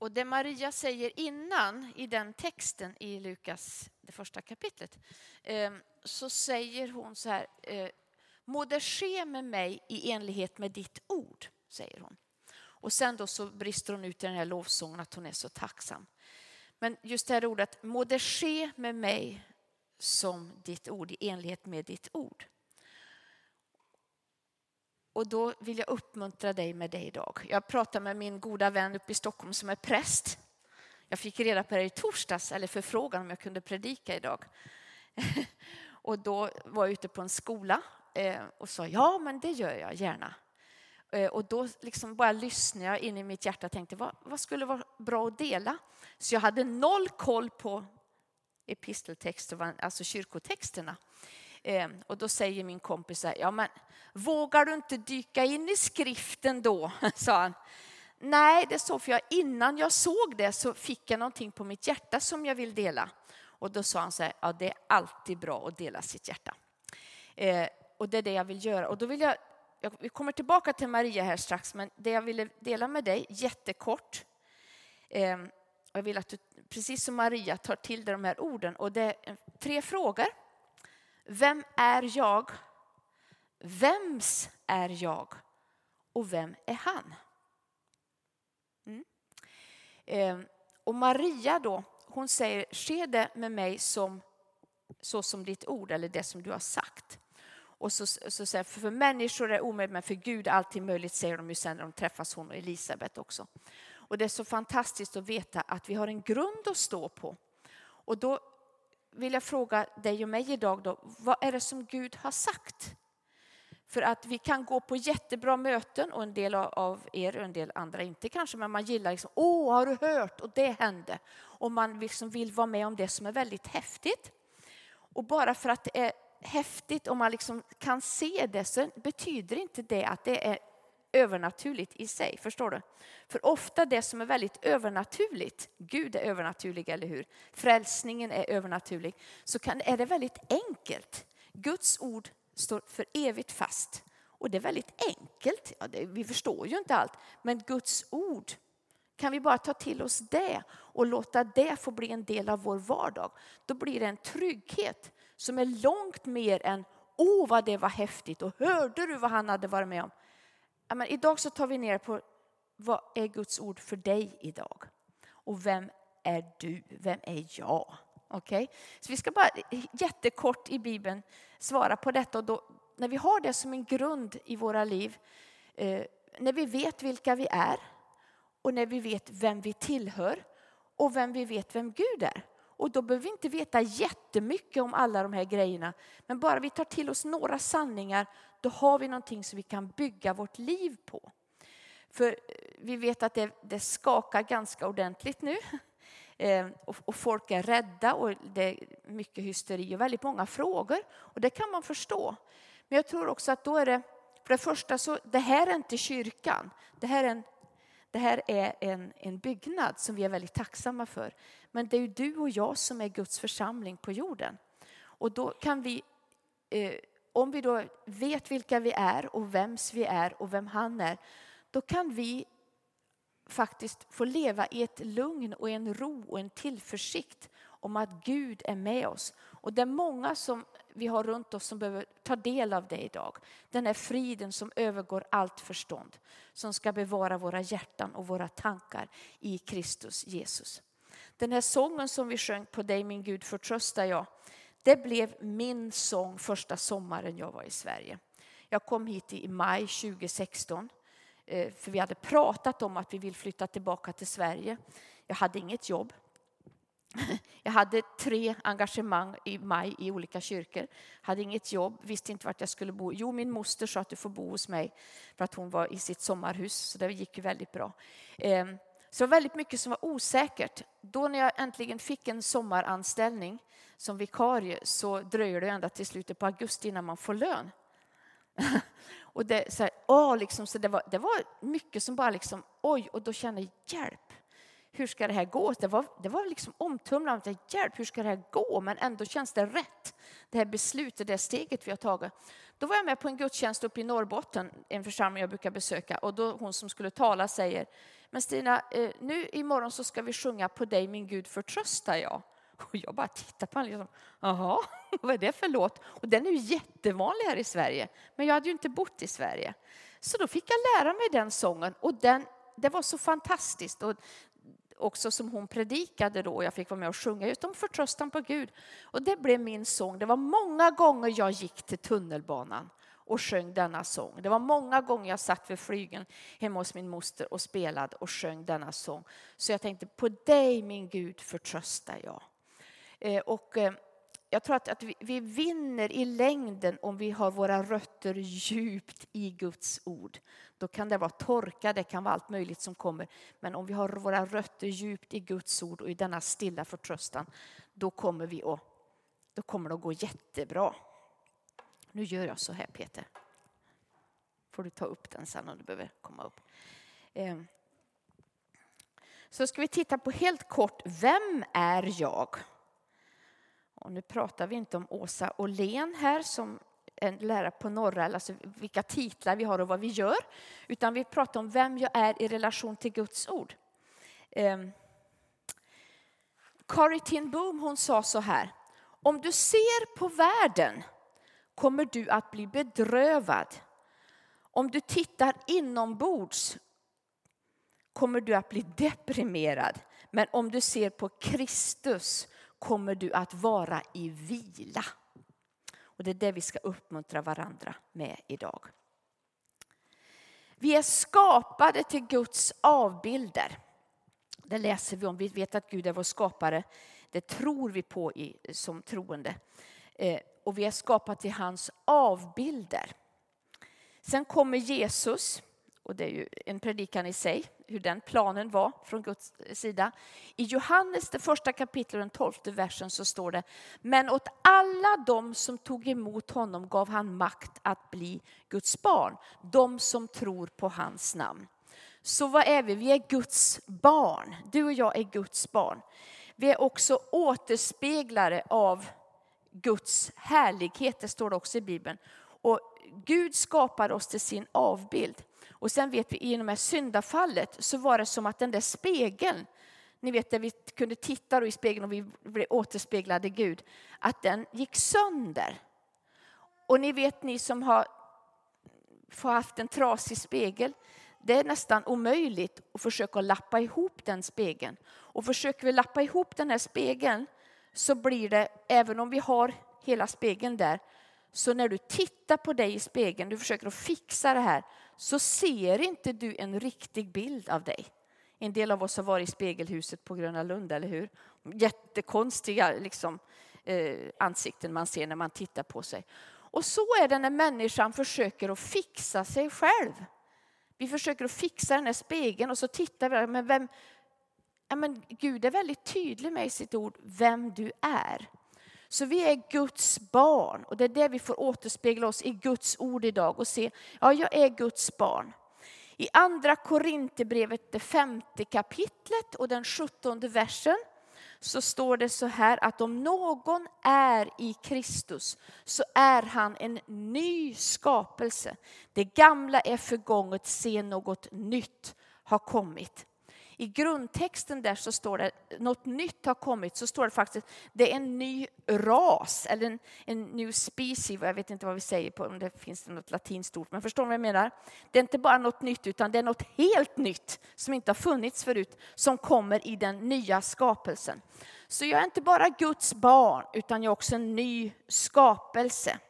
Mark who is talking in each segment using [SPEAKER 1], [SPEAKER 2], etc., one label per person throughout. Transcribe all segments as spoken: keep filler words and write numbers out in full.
[SPEAKER 1] Och det Maria säger innan i den texten i Lukas, det första kapitlet, så säger hon så här: må det ske med mig i enlighet med ditt ord, säger hon. Och sen då så brister hon ut i den här lovsången att hon är så tacksam. Men just det här ordet, må det ske med mig som ditt ord, i enlighet med ditt ord. Och då vill jag uppmuntra dig med det idag. Jag pratade med min goda vän uppe i Stockholm som är präst. Jag fick reda på det i torsdags, eller förfrågan om jag kunde predika idag. Och då var jag ute på en skola och sa, ja men det gör jag gärna. Och då liksom bara lyssnade jag in i mitt hjärta och tänkte, vad, vad skulle vara bra att dela? Så jag hade noll koll på episteltexter, alltså kyrkotexterna. Och då säger min kompis så här, ja men vågar du inte dyka in i skriften då, sa han. Nej, det är så, för jag, innan jag såg det så fick jag någonting på mitt hjärta som jag vill dela. Och då sa han så här, ja det är alltid bra att dela sitt hjärta. Eh, och det är det jag vill göra. Och då vill jag, jag, vi kommer tillbaka till Maria här strax, men det jag ville dela med dig, jättekort. Eh, jag vill att du, precis som Maria, tar till dig de här orden. Och det är tre frågor. Vem är jag? Vems är jag? Och vem är han? Mm. Eh, och Maria då, hon säger, ske det med mig som, så som ditt ord, eller det som du har sagt. Och så, så säger för, för människor är det omöjligt, men för Gud är alltid möjligt, säger de ju sen när de träffas, hon och Elisabet också. Och det är så fantastiskt att veta att vi har en grund att stå på. Och då vill jag fråga dig och mig idag då, vad är det som Gud har sagt? För att vi kan gå på jättebra möten, och en del av er och en del andra inte kanske, men man gillar liksom, åh har du hört, och det hände. Och man liksom vill vara med om det som är väldigt häftigt. Och bara för att det är häftigt och man liksom kan se det, så betyder inte det att det är övernaturligt i sig, förstår du? För ofta det som är väldigt övernaturligt, Gud är övernaturlig, eller hur? Frälsningen är övernaturlig, så kan, är det väldigt enkelt. Guds ord står för evigt fast. Och det är väldigt enkelt. Ja, det, vi förstår ju inte allt. Men Guds ord, kan vi bara ta till oss det och låta det få bli en del av vår vardag. Då blir det en trygghet som är långt mer än, åh vad det var häftigt. Och hörde du vad han hade varit med om? Ja, men idag så tar vi ner på, vad är Guds ord för dig idag? Och vem är du? Vem är jag? Okej, okay? Så vi ska bara jättekort i Bibeln svara på detta. Och då, när vi har det som en grund i våra liv, eh, när vi vet vilka vi är och när vi vet vem vi tillhör och vem vi vet vem Gud är. Och då behöver vi inte veta jättemycket om alla de här grejerna, men bara vi tar till oss några sanningar, då har vi någonting som vi kan bygga vårt liv på. För vi vet att det, det skakar ganska ordentligt nu. Och folk är rädda och det är mycket hysteri och väldigt många frågor. Och det kan man förstå. Men jag tror också att då är det, för det första så, det här är inte kyrkan. Det här är en, det här är en, en byggnad som vi är väldigt tacksamma för. Men det är ju du och jag som är Guds församling på jorden. Och då kan vi, eh, om vi då vet vilka vi är och vems vi är och vem han är, då kan vi faktiskt få leva i ett lugn och en ro och en tillförsikt om att Gud är med oss. Och det är många som vi har runt oss som behöver ta del av det idag. Den här friden som övergår allt förstånd, som ska bevara våra hjärtan och våra tankar i Kristus Jesus. Den här sången som vi sjöng, på dig min Gud förtröstar jag, det blev min sång första sommaren jag var i Sverige. Jag kom hit i maj tjugo sexton. För vi hade pratat om att vi vill flytta tillbaka till Sverige. Jag hade inget jobb. Jag hade tre engagemang i maj i olika kyrkor. Hade inget jobb, visste inte vart jag skulle bo. Jo, min moster sa att du får bo hos mig för att hon var i sitt sommarhus. Så det gick ju väldigt bra. Så det var väldigt mycket som var osäkert. Då när jag äntligen fick en sommaranställning som vikarie, så dröjer det ända till slutet på augusti innan man får lön. Och det, så här, åh, liksom, så det, var, det var mycket som bara liksom, oj, och då kände jag hjälp. hur ska det här gå? Det var, det var liksom omtumlande. Hjälp, hur ska det här gå? Men ändå känns det rätt. Det här beslutet, det steget vi har tagit. Då var jag med på en gudstjänst uppe i Norrbotten, en församling jag brukar besöka. Och då hon som skulle tala säger, men Stina, nu imorgon så ska vi sjunga På dig min Gud förtröstar jag. Och jag bara tittar på honom liksom, jaha, vad är det för låt? Och den är ju jättevanlig här i Sverige. Men jag hade ju inte bott i Sverige. Så då fick jag lära mig den sången. Och den, det var så fantastiskt. Och också som hon predikade då. Jag fick vara med och sjunga just om förtröstan på Gud. Och det blev min sång. Det var många gånger jag gick till tunnelbanan och sjöng denna sång. Det var många gånger jag satt vid flygeln hemma hos min moster och spelade och sjöng denna sång. Så jag tänkte, på dig min Gud förtröstar jag. Eh, och eh, jag tror att, att vi, vi vinner i längden om vi har våra rötter djupt i Guds ord. Då kan det vara torka, det kan vara allt möjligt som kommer. Men om vi har våra rötter djupt i Guds ord och i denna stilla förtröstan, då kommer vi att, då kommer det att gå jättebra. Nu gör jag så här, Peter. Får du ta upp den sen om du behöver komma upp. Eh. Så ska vi titta på helt kort, vem är jag? Och nu pratar vi inte om Åsa Åhlén här som en lärare på Norra, alltså vilka titlar vi har och vad vi gör. Utan vi pratar om vem jag är i relation till Guds ord. Eh. Corrie ten Boom, hon sa så här. Om du ser på världen kommer du att bli bedrövad. Om du tittar inombords kommer du att bli deprimerad. Men om du ser på Kristus kommer du att vara i vila. Och det är det vi ska uppmuntra varandra med idag. Vi är skapade till Guds avbilder. Det läser vi om. Vi vet att Gud är vår skapare. Det tror vi på i, som troende. Eh, och vi är skapade till hans avbilder. Sen kommer Jesus. Och det är ju en predikan i sig, hur den planen var från Guds sida. I Johannes, det första kapitlet, den tolfte versen, så står det. Men åt alla de som tog emot honom gav han makt att bli Guds barn. De som tror på hans namn. Så vad är vi? Vi är Guds barn. Du och jag är Guds barn. Vi är också återspeglare av Guds härlighet, det står det också i Bibeln. Och Gud skapar oss till sin avbild. Och sen vet vi i och med syndafallet så var det som att den där spegeln, ni vet där vi kunde titta i spegeln och vi blev återspeglade Gud, att den gick sönder. Och ni vet, ni som har haft en trasig spegel, det är nästan omöjligt att försöka lappa ihop den spegeln. Och försöker vi lappa ihop den här spegeln så blir det, även om vi har hela spegeln där, så när du tittar på dig i spegeln, du försöker att fixa det här, så ser inte du en riktig bild av dig. En del av oss har varit i spegelhuset på Gröna Lund, eller hur? Jättekonstiga liksom, eh, ansikten man ser när man tittar på sig. Och så är det när människan försöker att fixa sig själv. Vi försöker att fixa den här spegeln och så tittar vi, men vem... Ja, men Gud är väldigt tydlig med i sitt ord vem du är. Så vi är Guds barn och det är det vi får återspegla oss i Guds ord idag och se, ja, jag är Guds barn. I andra Korinthierbrevet, det femte kapitlet och den sjuttonde versen, så står det så här att om någon är i Kristus så är han en ny skapelse. Det gamla är förgånget, se något nytt har kommit. I grundtexten där så står det något nytt har kommit, så står det faktiskt det är en ny ras eller en, en new species, jag vet inte vad vi säger på, om det finns något latinskt ord, men förstår ni vad jag menar? Det är inte bara något nytt utan det är något helt nytt som inte har funnits förut som kommer i den nya skapelsen. Så jag är inte bara Guds barn utan jag är också en ny skapelse.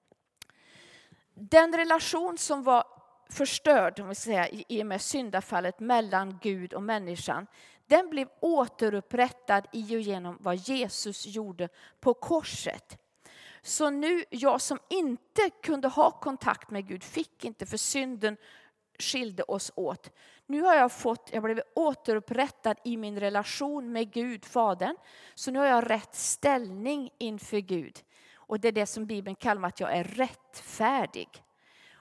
[SPEAKER 1] Den relation som var förstörd, om vi säger, i och med syndafallet mellan Gud och människan, den blev återupprättad i och genom vad Jesus gjorde på korset. Så nu, jag som inte kunde ha kontakt med Gud, fick inte, för synden skilde oss åt. Nu har jag fått, jag blev återupprättad i min relation med Gud, Fadern. Så nu har jag rätt ställning inför Gud. Och det är det som Bibeln kallar att jag är rättfärdig.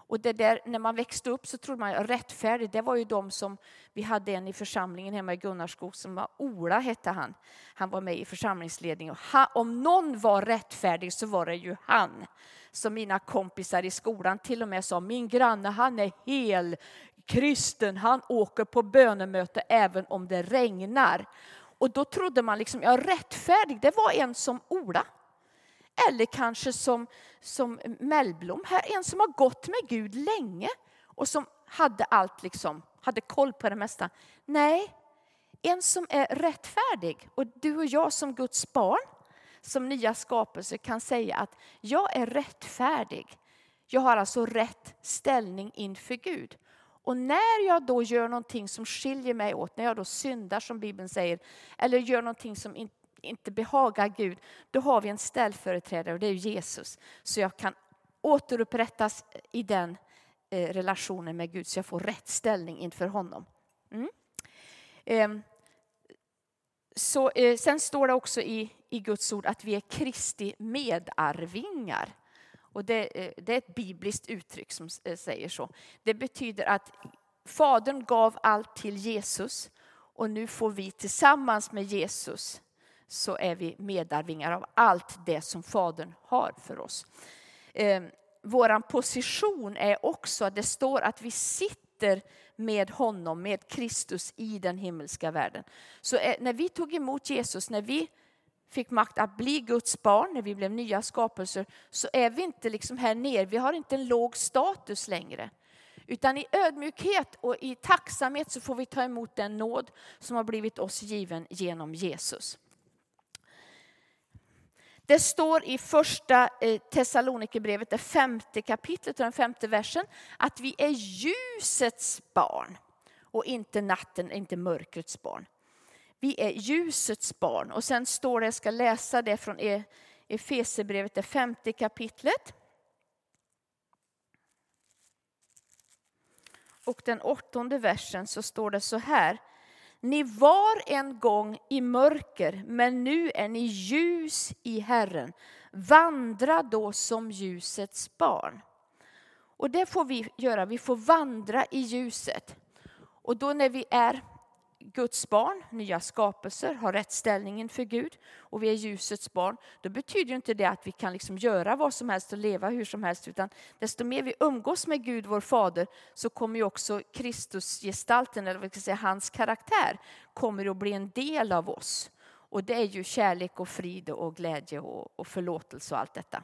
[SPEAKER 1] Och det där, när man växte upp så trodde man att rättfärdig, det var ju de som, vi hade en i församlingen hemma i Gunnarskog som var Ola hette han. Han var med i församlingsledningen. Och han, om någon var rättfärdig så var det ju han. Som mina kompisar i skolan till och med sa, min granne han är hel kristen, han åker på bönemöte även om det regnar. Och då trodde man liksom, ja rättfärdig, det var en som Ola. Eller kanske som, som Mellblom, här en som har gått med Gud länge och som hade allt liksom, hade koll på det mesta. Nej, en som är rättfärdig, och du och jag som Guds barn, som nya skapelser kan säga att jag är rättfärdig. Jag har alltså rätt ställning inför Gud. Och när jag då gör någonting som skiljer mig åt, när jag då syndar som Bibeln säger, eller gör någonting som inte inte behagar Gud, då har vi en ställföreträdare och det är Jesus. Så jag kan återupprättas i den eh, relationen med Gud, så jag får rätt ställning inför honom. Mm. Eh, så, eh, sen står det också i, i Guds ord att vi är Kristi medarvingar. Och det, eh, det är ett bibliskt uttryck som eh, säger så. Det betyder att Fadern gav allt till Jesus och nu får vi tillsammans med Jesus, så är vi medarvingar av allt det som Fadern har för oss. Eh, våran position är också, det står att vi sitter med honom, med Kristus i den himmelska världen. Så eh, när vi tog emot Jesus, när vi fick makt att bli Guds barn, när vi blev nya skapelser, så är vi inte liksom här nere, vi har inte en låg status längre. Utan i ödmjukhet och i tacksamhet så får vi ta emot den nåd som har blivit oss given genom Jesus. Det står i första Thessalonikerbrevet, det femte kapitlet och den femte versen, att vi är ljusets barn och inte natten, inte mörkrets barn. Vi är ljusets barn. Och sen står det, jag ska läsa det från Efesierbrevet, det femte kapitlet. Och den åttonde versen så står det så här. Ni var en gång i mörker, men nu är ni ljus i Herren. Vandra då som ljusets barn. Och det får vi göra, vi får vandra i ljuset. Och då när vi är Guds barn, nya skapelser, har rätt ställning inför Gud och vi är ljusets barn, då betyder ju inte det att vi kan liksom göra vad som helst och leva hur som helst, utan desto mer vi umgås med Gud, vår fader, så kommer ju också Kristusgestalten, eller vad ska jag säga, hans karaktär kommer att bli en del av oss. Och det är ju kärlek och frid och glädje och, och förlåtelse och allt detta.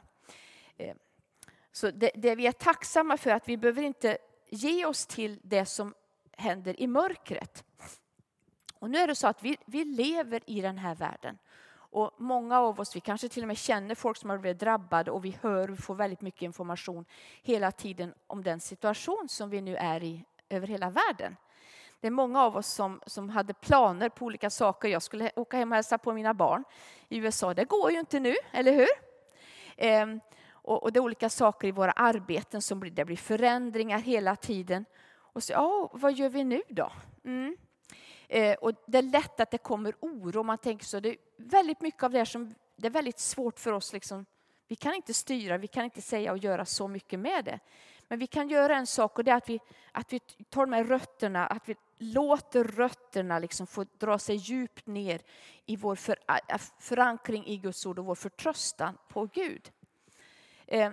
[SPEAKER 1] Så det, det vi är tacksamma för, att vi behöver inte ge oss till det som händer i mörkret. Och nu är det så att vi, vi lever i den här världen. Och många av oss, vi kanske till och med känner folk som har blivit drabbade, och vi hör och får väldigt mycket information hela tiden om den situation som vi nu är i över hela världen. Det är många av oss som, som hade planer på olika saker. Jag skulle åka hem och hälsa på mina barn i U S A. Det går ju inte nu, eller hur? Ehm, och, och det är olika saker i våra arbeten som blir, det blir förändringar hela tiden. Och så, ja, vad gör vi nu då? Mm. Eh, och det är lätt att det kommer oro. Man tänker så, det är väldigt mycket av det här som det är väldigt svårt för oss. Liksom. Vi kan inte styra, vi kan inte säga och göra så mycket med det. Men vi kan göra en sak, och det är att vi, att vi tar de här rötterna, att vi låter rötterna liksom få dra sig djupt ner i vår för, förankring i Guds ord och vår förtröstan på Gud. Eh,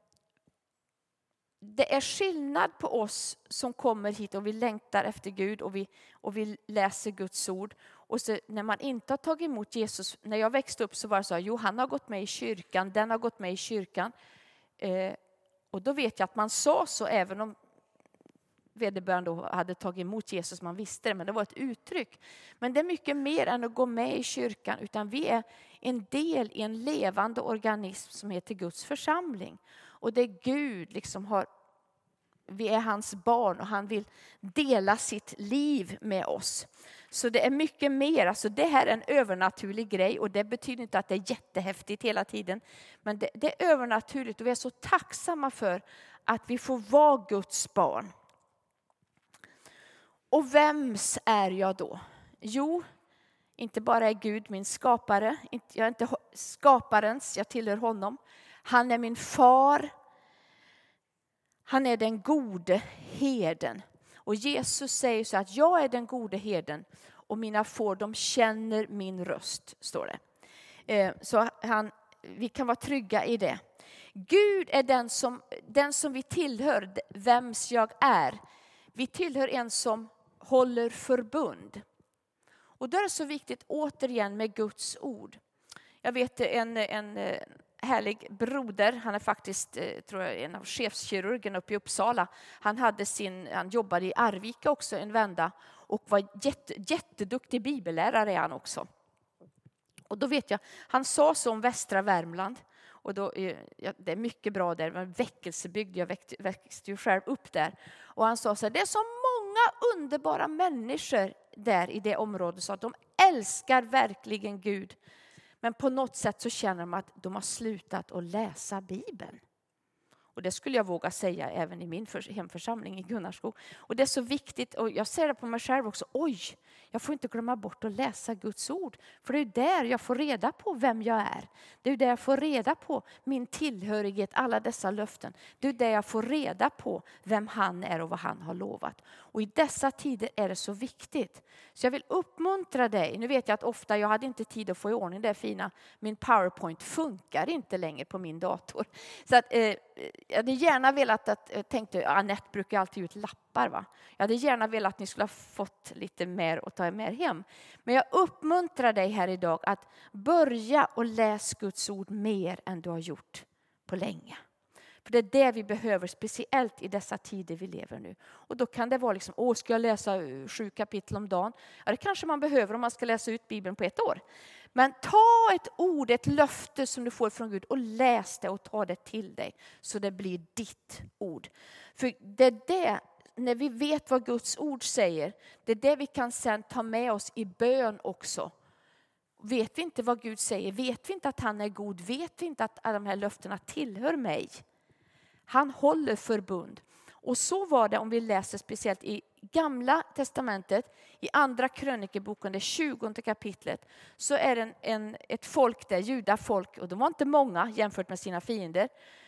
[SPEAKER 1] Det är skillnad på oss som kommer hit och vi längtar efter Gud och vi, och vi läser Guds ord. Och så när man inte har tagit emot Jesus, när jag växte upp så var det så här, jo han har gått med i kyrkan, den har gått med i kyrkan. Eh, och då vet jag att man sa så även om vederbörande då hade tagit emot Jesus, man visste det, men det var ett uttryck. Men det är mycket mer än att gå med i kyrkan, utan vi är en del i en levande organism som heter Guds församling. Och det är Gud liksom har, vi är hans barn och han vill dela sitt liv med oss. Så det är mycket mer, alltså det här är en övernaturlig grej, och det betyder inte att det är jättehäftigt hela tiden. Men det, det är övernaturligt, och vi är så tacksamma för att vi får vara Guds barn. Och vems är jag då? Jo, inte bara är Gud min skapare. Jag är inte skaparens, jag tillhör honom. Han är min far. Han är den gode herden. Och Jesus säger så att jag är den gode herden. Och mina får, de känner min röst, står det. Så han, vi kan vara trygga i det. Gud är den som, den som vi tillhör, vems jag är. Vi tillhör en som håller förbund. Och då är det så viktigt återigen med Guds ord. Jag vet en, en härlig broder, han är faktiskt tror jag, en av chefskirurgen uppe i Uppsala. Han, hade sin, han jobbade i Arvika också en vända och var jätte, jätteduktig bibellärare är han också. Och då vet jag, han sa så om västra Värmland. Och då, ja, det är mycket bra där, men väckelsebygd, jag växte, växte ju själv upp där. Och han sa så här, det är så många underbara människor där i det området så att de älskar verkligen Gud. Men på något sätt så känner de att de har slutat att läsa Bibeln. Och det skulle jag våga säga även i min hemförsamling i Gunnarskog. Och det är så viktigt, och jag ser det på mig själv också. Oj, jag får inte glömma bort att läsa Guds ord. För det är där jag får reda på vem jag är. Det är där jag får reda på min tillhörighet, alla dessa löften. Det är där jag får reda på vem han är och vad han har lovat. Och i dessa tider är det så viktigt. Så jag vill uppmuntra dig. Nu vet jag att ofta, jag hade inte tid att få i ordning det fina. Min PowerPoint funkar inte längre på min dator. Så att... Eh, Jag hade gärna velat att, jag tänkte, Annette brukar alltid ut lappar va. Jag hade gärna velat att ni skulle ha fått lite mer och ta med hem. Men jag uppmuntrar dig här idag att börja och läsa Guds ord mer än du har gjort på länge. För det är det vi behöver, speciellt i dessa tider vi lever nu. Och då kan det vara liksom, åh ska jag läsa sju kapitel om dagen? Ja det kanske man behöver om man ska läsa ut Bibeln på ett år. Men ta ett ord, ett löfte som du får från Gud och läs det och ta det till dig. Så det blir ditt ord. För det är det, när vi vet vad Guds ord säger, det är det vi kan sen ta med oss i bön också. Vet vi inte vad Gud säger, vet vi inte att han är god, vet vi inte att alla de här löftena tillhör mig. Han håller förbund. Och så var det om vi läser speciellt i Gamla testamentet, i andra krönikeboken, det tjugonde kapitlet, så är det en, en, ett folk där, judafolk, och de var inte många jämfört med sina fiender.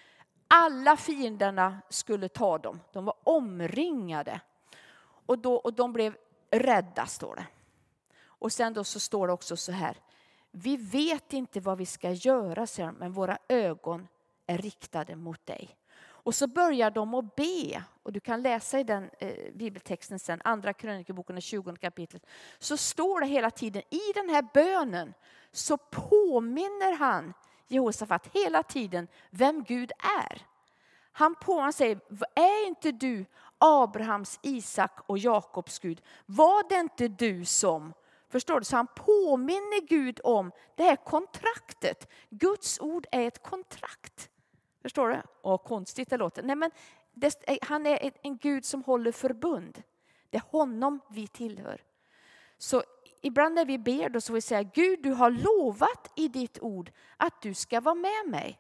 [SPEAKER 1] Alla fienderna skulle ta dem, de var omringade. Och, då, och de blev rädda, står det. Och sen då så står det också så här, vi vet inte vad vi ska göra, säger de, men våra ögon är riktade mot dig. Och så börjar de att be. Och du kan läsa i den eh, bibeltexten sen, andra krönikeboken, tjugonde kapitlet. Så står det hela tiden, i den här bönen så påminner han Jehosafat hela tiden vem Gud är. Han på han säger, är inte du Abrahams, Isak och Jakobs Gud? Var det inte du som... Förstår du? Så han påminner Gud om det här kontraktet. Guds ord är ett kontrakt. Förstår du? Och konstigt det låter. Nej, men det, han är en Gud som håller förbund. Det är honom vi tillhör. Så ibland när vi ber då så vill vi säga, Gud du har lovat i ditt ord att du ska vara med mig.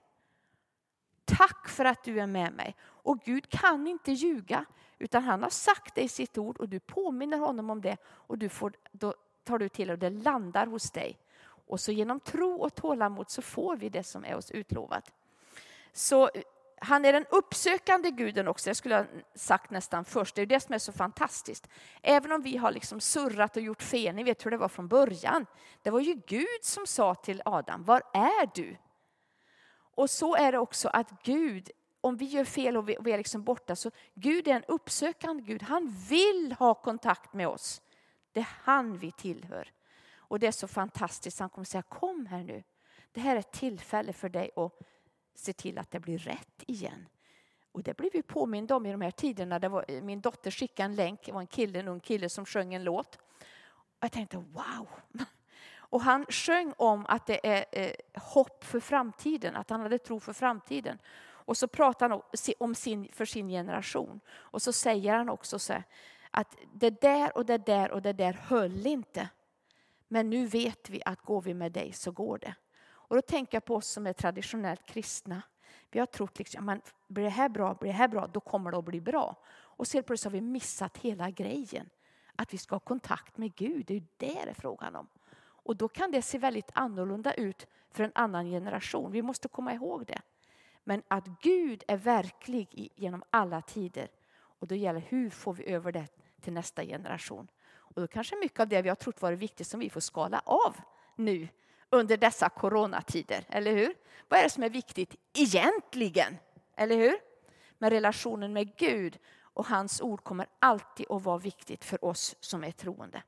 [SPEAKER 1] Tack för att du är med mig. Och Gud kan inte ljuga, utan han har sagt det i sitt ord och du påminner honom om det. Och du får, då tar du till och det landar hos dig. Och så genom tro och tålamod så får vi det som är oss utlovat. Så han är den uppsökande guden också. Jag skulle ha sagt nästan först. Det är det som är så fantastiskt. Även om vi har liksom surrat och gjort fel. Ni vet hur det var från början. Det var ju Gud som sa till Adam, var är du? Och så är det också att Gud, om vi gör fel och vi, och vi är liksom borta, så Gud är en uppsökande Gud. Han vill ha kontakt med oss. Det är han vi tillhör. Och det är så fantastiskt. Han kommer säga, kom här nu. Det här är ett tillfälle för dig att se till att det blir rätt igen. Och det blev vi påminda om i de här tiderna. Det var, min dotter skickade en länk. Det var en kille, en ung kille som sjöng en låt. Och jag tänkte, wow. Och han sjöng om att det är eh, hopp för framtiden. Att han hade tro för framtiden. Och så pratar han om sin, för sin generation. Och så säger han också så här, att det där och det där och det där höll inte. Men nu vet vi att går vi med dig så går det. Och då tänker jag på oss som är traditionellt kristna. Vi har trott liksom, men blir det här bra, blir det här bra, då kommer det att bli bra. Och så på det så har vi missat hela grejen. Att vi ska ha kontakt med Gud, det är ju det det är frågan om. Och då kan det se väldigt annorlunda ut för en annan generation. Vi måste komma ihåg det. Men att Gud är verklig i, genom alla tider. Och då gäller hur får vi över det till nästa generation. Och då kanske mycket av det vi har trott var viktigt som vi får skala av nu under dessa coronatider. Eller hur? Vad är det som är viktigt egentligen? Eller hur? Men relationen med Gud och hans ord kommer alltid att vara viktigt för oss som är troende.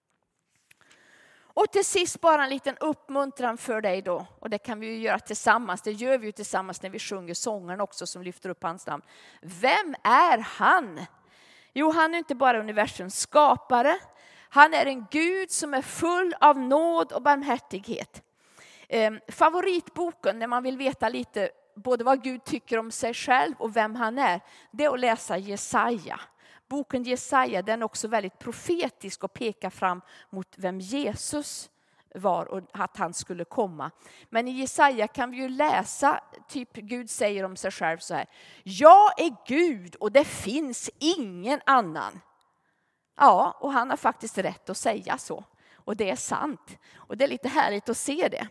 [SPEAKER 1] Och till sist bara en liten uppmuntran för dig då. Och det kan vi ju göra tillsammans. Det gör vi ju tillsammans när vi sjunger sången också som lyfter upp hans namn. Vem är han? Jo, han är inte bara universums skapare. Han är en Gud som är full av nåd och barmhärtighet. Eh, favoritboken när man vill veta lite både vad Gud tycker om sig själv och vem han är, det är att läsa Jesaja. Boken Jesaja, den är också väldigt profetisk och pekar fram mot vem Jesus var och att han skulle komma. Men i Jesaja kan vi ju läsa, typ Gud säger om sig själv så här: jag är Gud och det finns ingen annan. Ja, och han har faktiskt rätt att säga så. Och det är sant. Och det är lite härligt att se det.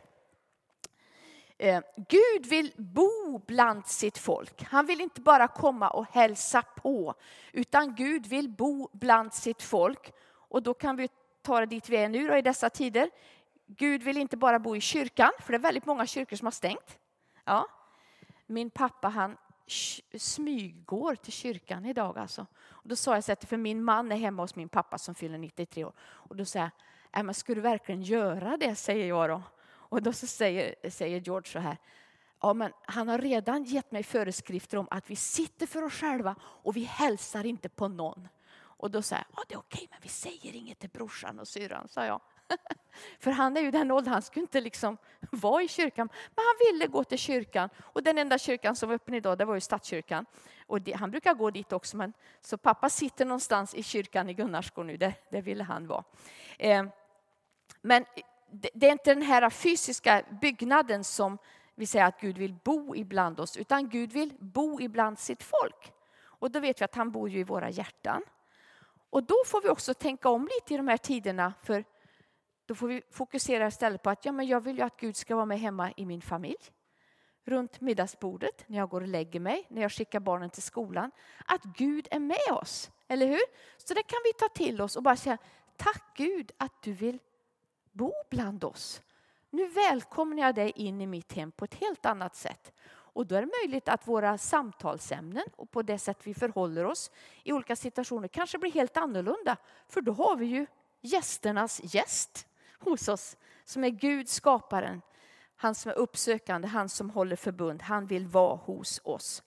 [SPEAKER 1] Eh, Gud vill bo bland sitt folk. Han vill inte bara komma och hälsa på. Utan Gud vill bo bland sitt folk. Och då kan vi ta det dit vi är nu då, i dessa tider. Gud vill inte bara bo i kyrkan. För det är väldigt många kyrkor som har stängt. Ja. Min pappa han smyggår till kyrkan idag alltså. Och då sa jag så att för min man är hemma hos min pappa som fyller nittiotre år. Och då säger jag, men ska du verkligen göra det, säger jag då. Och då så säger, säger George så här: ja, men han har redan gett mig föreskrifter om att vi sitter för oss själva och vi hälsar inte på någon. Och då säger jag, ja det är okej, men vi säger inget till brorsan och syran, sa jag. För han är ju den åldern, han skulle inte liksom vara i kyrkan. Men han ville gå till kyrkan. Och den enda kyrkan som var öppen idag, det var ju Stadskyrkan. Och det, han brukar gå dit också. Men, så pappa sitter någonstans i kyrkan i Gunnarsgård nu, det, det ville han vara. Eh, men det, det är inte den här fysiska byggnaden som vi säger att Gud vill bo ibland oss. Utan Gud vill bo ibland sitt folk. Och då vet vi att han bor ju i våra hjärtan. Och då får vi också tänka om lite i de här tiderna. För då får vi fokusera istället på att ja, men jag vill ju att Gud ska vara med hemma i min familj. Runt middagsbordet, när jag går och lägger mig, när jag skickar barnen till skolan. Att Gud är med oss, eller hur? Så det kan vi ta till oss och bara säga, tack Gud att du vill bo bland oss. Nu välkomnar jag dig in i mitt hem på ett helt annat sätt. Och då är det möjligt att våra samtalsämnen och på det sätt vi förhåller oss i olika situationer kanske blir helt annorlunda. För då har vi ju gästernas gäst hos oss som är Gud skaparen. Han som är uppsökande, han som håller förbund. Han vill vara hos oss.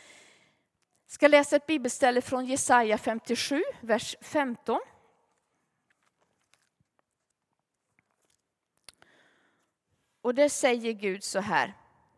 [SPEAKER 1] Jag ska läsa ett bibelställe från Jesaja femtiosju, vers femton. Och det säger Gud så här.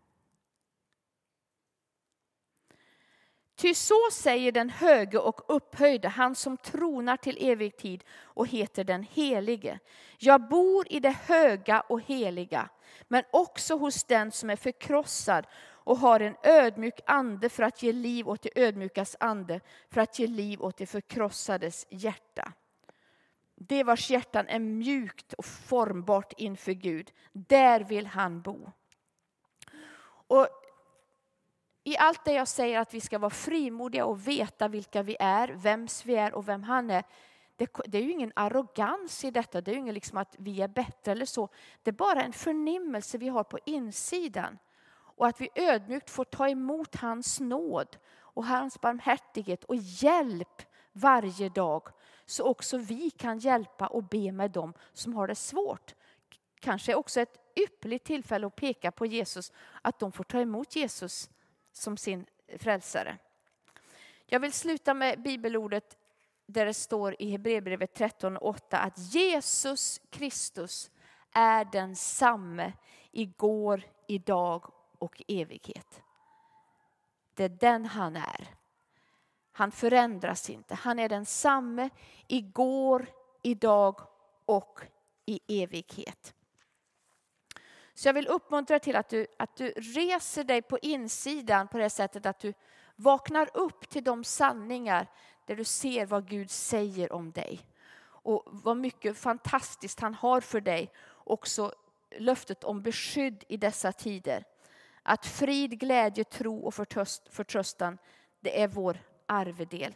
[SPEAKER 1] Ty så säger den höge och upphöjde, han som tronar till evig tid och heter den helige. Jag bor i det höga och heliga, men också hos den som är förkrossad och har en ödmjuk ande för att ge liv åt det ödmjukas ande, för att ge liv åt det förkrossades hjärta. Det vars hjärtan är mjukt och formbart inför Gud, där vill han bo. Och i allt det jag säger att vi ska vara frimodiga och veta vilka vi är, vems vi är och vem han är. Det, det är ju ingen arrogans i detta. Det är ju ingen liksom att vi är bättre eller så. Det är bara en förnimmelse vi har på insidan. Och att vi ödmjukt får ta emot hans nåd och hans barmhärtighet och hjälp varje dag. Så också vi kan hjälpa och be med dem som har det svårt. Kanske också ett ypperligt tillfälle att peka på Jesus. Att de får ta emot Jesus som sin frälsare. Jag vill sluta med bibelordet där det står i Hebreerbrevet tretton åtta att Jesus Kristus är den samme igår, idag och evighet. Det är den han är. Han förändras inte. Han är den samme igår, idag och i evighet. Så jag vill uppmuntra till att du, att du reser dig på insidan på det sättet att du vaknar upp till de sanningar där du ser vad Gud säger om dig. Och vad mycket fantastiskt han har för dig. Också löftet om beskydd i dessa tider. Att frid, glädje, tro och förtröst, förtröstan, det är vår arvedel.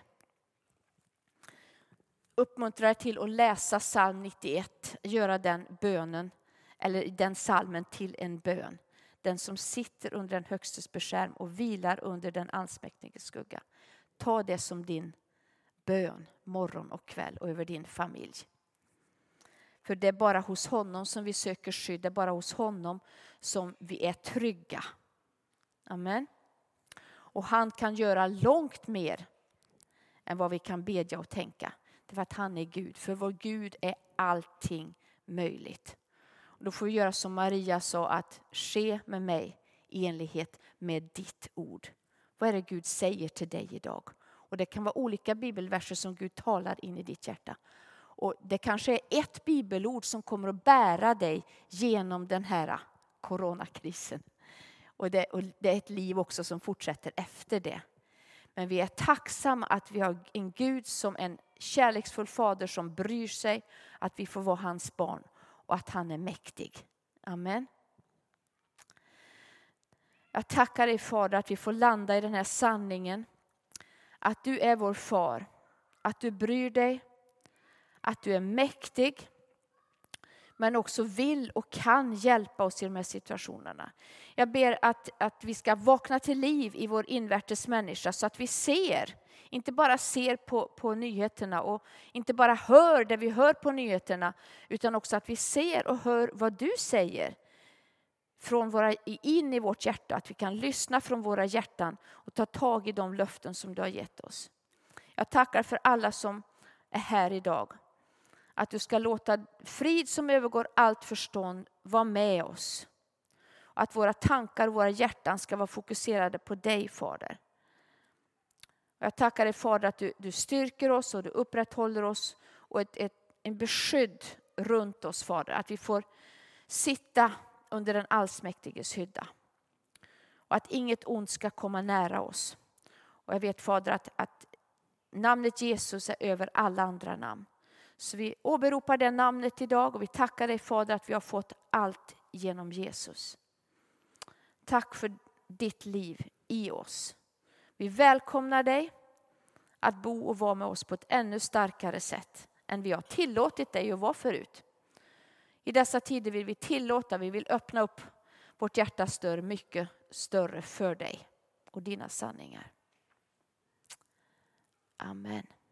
[SPEAKER 1] Uppmuntrar till att läsa psalm nittioett, göra den bönen eller den psalmen till en bön. Den som sitter under den högstes beskärm och vilar under den allsmäktiges skugga. Ta det som din bön morgon och kväll och över din familj. För det är bara hos honom som vi söker skydd. Det är bara hos honom som vi är trygga. Amen. Och han kan göra långt mer än vad vi kan bedja och tänka. Det är för att han är Gud. För vår Gud är allting möjligt. Och då får vi göra som Maria sa, att ske med mig i enlighet med ditt ord. Vad är det Gud säger till dig idag? Och det kan vara olika bibelverser som Gud talar in i ditt hjärta. Och det kanske är ett bibelord som kommer att bära dig genom den här coronakrisen. Och det, och det är ett liv också som fortsätter efter det. Men vi är tacksamma att vi har en Gud som en kärleksfull fader som bryr sig. Att vi får vara hans barn och att han är mäktig. Amen. Jag tackar dig Fader att vi får landa i den här sanningen. Att du är vår far. Att du bryr dig. Att du är mäktig. Men också vill och kan hjälpa oss i de här situationerna. Jag ber att, att vi ska vakna till liv i vår invärtes människa. Så att vi ser. Inte bara ser på, på nyheterna. Och inte bara hör det vi hör på nyheterna. Utan också att vi ser och hör vad du säger. Från våra, in i vårt hjärta. Att vi kan lyssna från våra hjärtan. Och ta tag i de löften som du har gett oss. Jag tackar för alla som är här idag. Att du ska låta frid som övergår allt förstånd vara med oss. Att våra tankar och våra hjärtan ska vara fokuserade på dig, Fader. Jag tackar dig, Fader, att du, du styrker oss och du upprätthåller oss. Och ett, ett, en beskydd runt oss, Fader. Att vi får sitta under den allsmäktiges hydda. Och att inget ont ska komma nära oss. Och jag vet, Fader, att, att namnet Jesus är över alla andra namn. Så vi åberopar det namnet idag och vi tackar dig, Fader, att vi har fått allt genom Jesus. Tack för ditt liv i oss. Vi välkomnar dig att bo och vara med oss på ett ännu starkare sätt än vi har tillåtit dig att vara förut. I dessa tider vill vi tillåta, vi vill öppna upp vårt hjärtas dörr mycket större för dig och dina sanningar. Amen.